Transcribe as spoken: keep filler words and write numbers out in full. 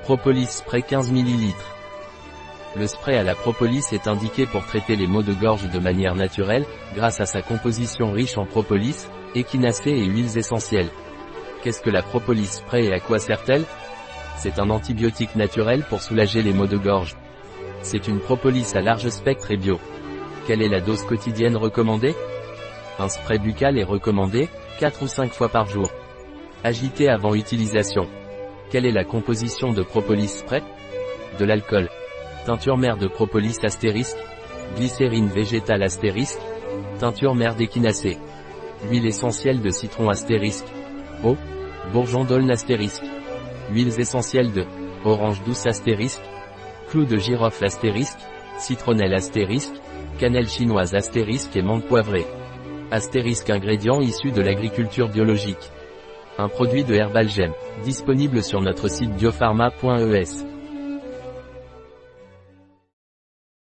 Propolis spray quinze millilitres. Le spray à la propolis est indiqué pour traiter les maux de gorge de manière naturelle, grâce à sa composition riche en propolis, échinacées et huiles essentielles. Qu'est-ce que la propolis spray et à quoi sert-elle? C'est un antibiotique naturel pour soulager les maux de gorge. C'est une propolis à large spectre et bio. Quelle est la dose quotidienne recommandée? Un spray buccal est recommandé, quatre ou cinq fois par jour. Agité avant utilisation. Quelle est la composition de propolis spray? De l'alcool. Teinture mère de propolis astérisque. Glycérine végétale astérisque. Teinture mère d'échinacée. Huile essentielle de citron astérisque. Eau. Bourgeon d'aulne astérisque. Huiles essentielles de orange douce astérisque. Clou de girofle astérisque. Citronnelle astérisque. Cannelle chinoise astérisque et menthe poivrée. Astérisque, ingrédients issus de l'agriculture biologique. Un produit de Herbalgem, disponible sur notre site biopharma point e s.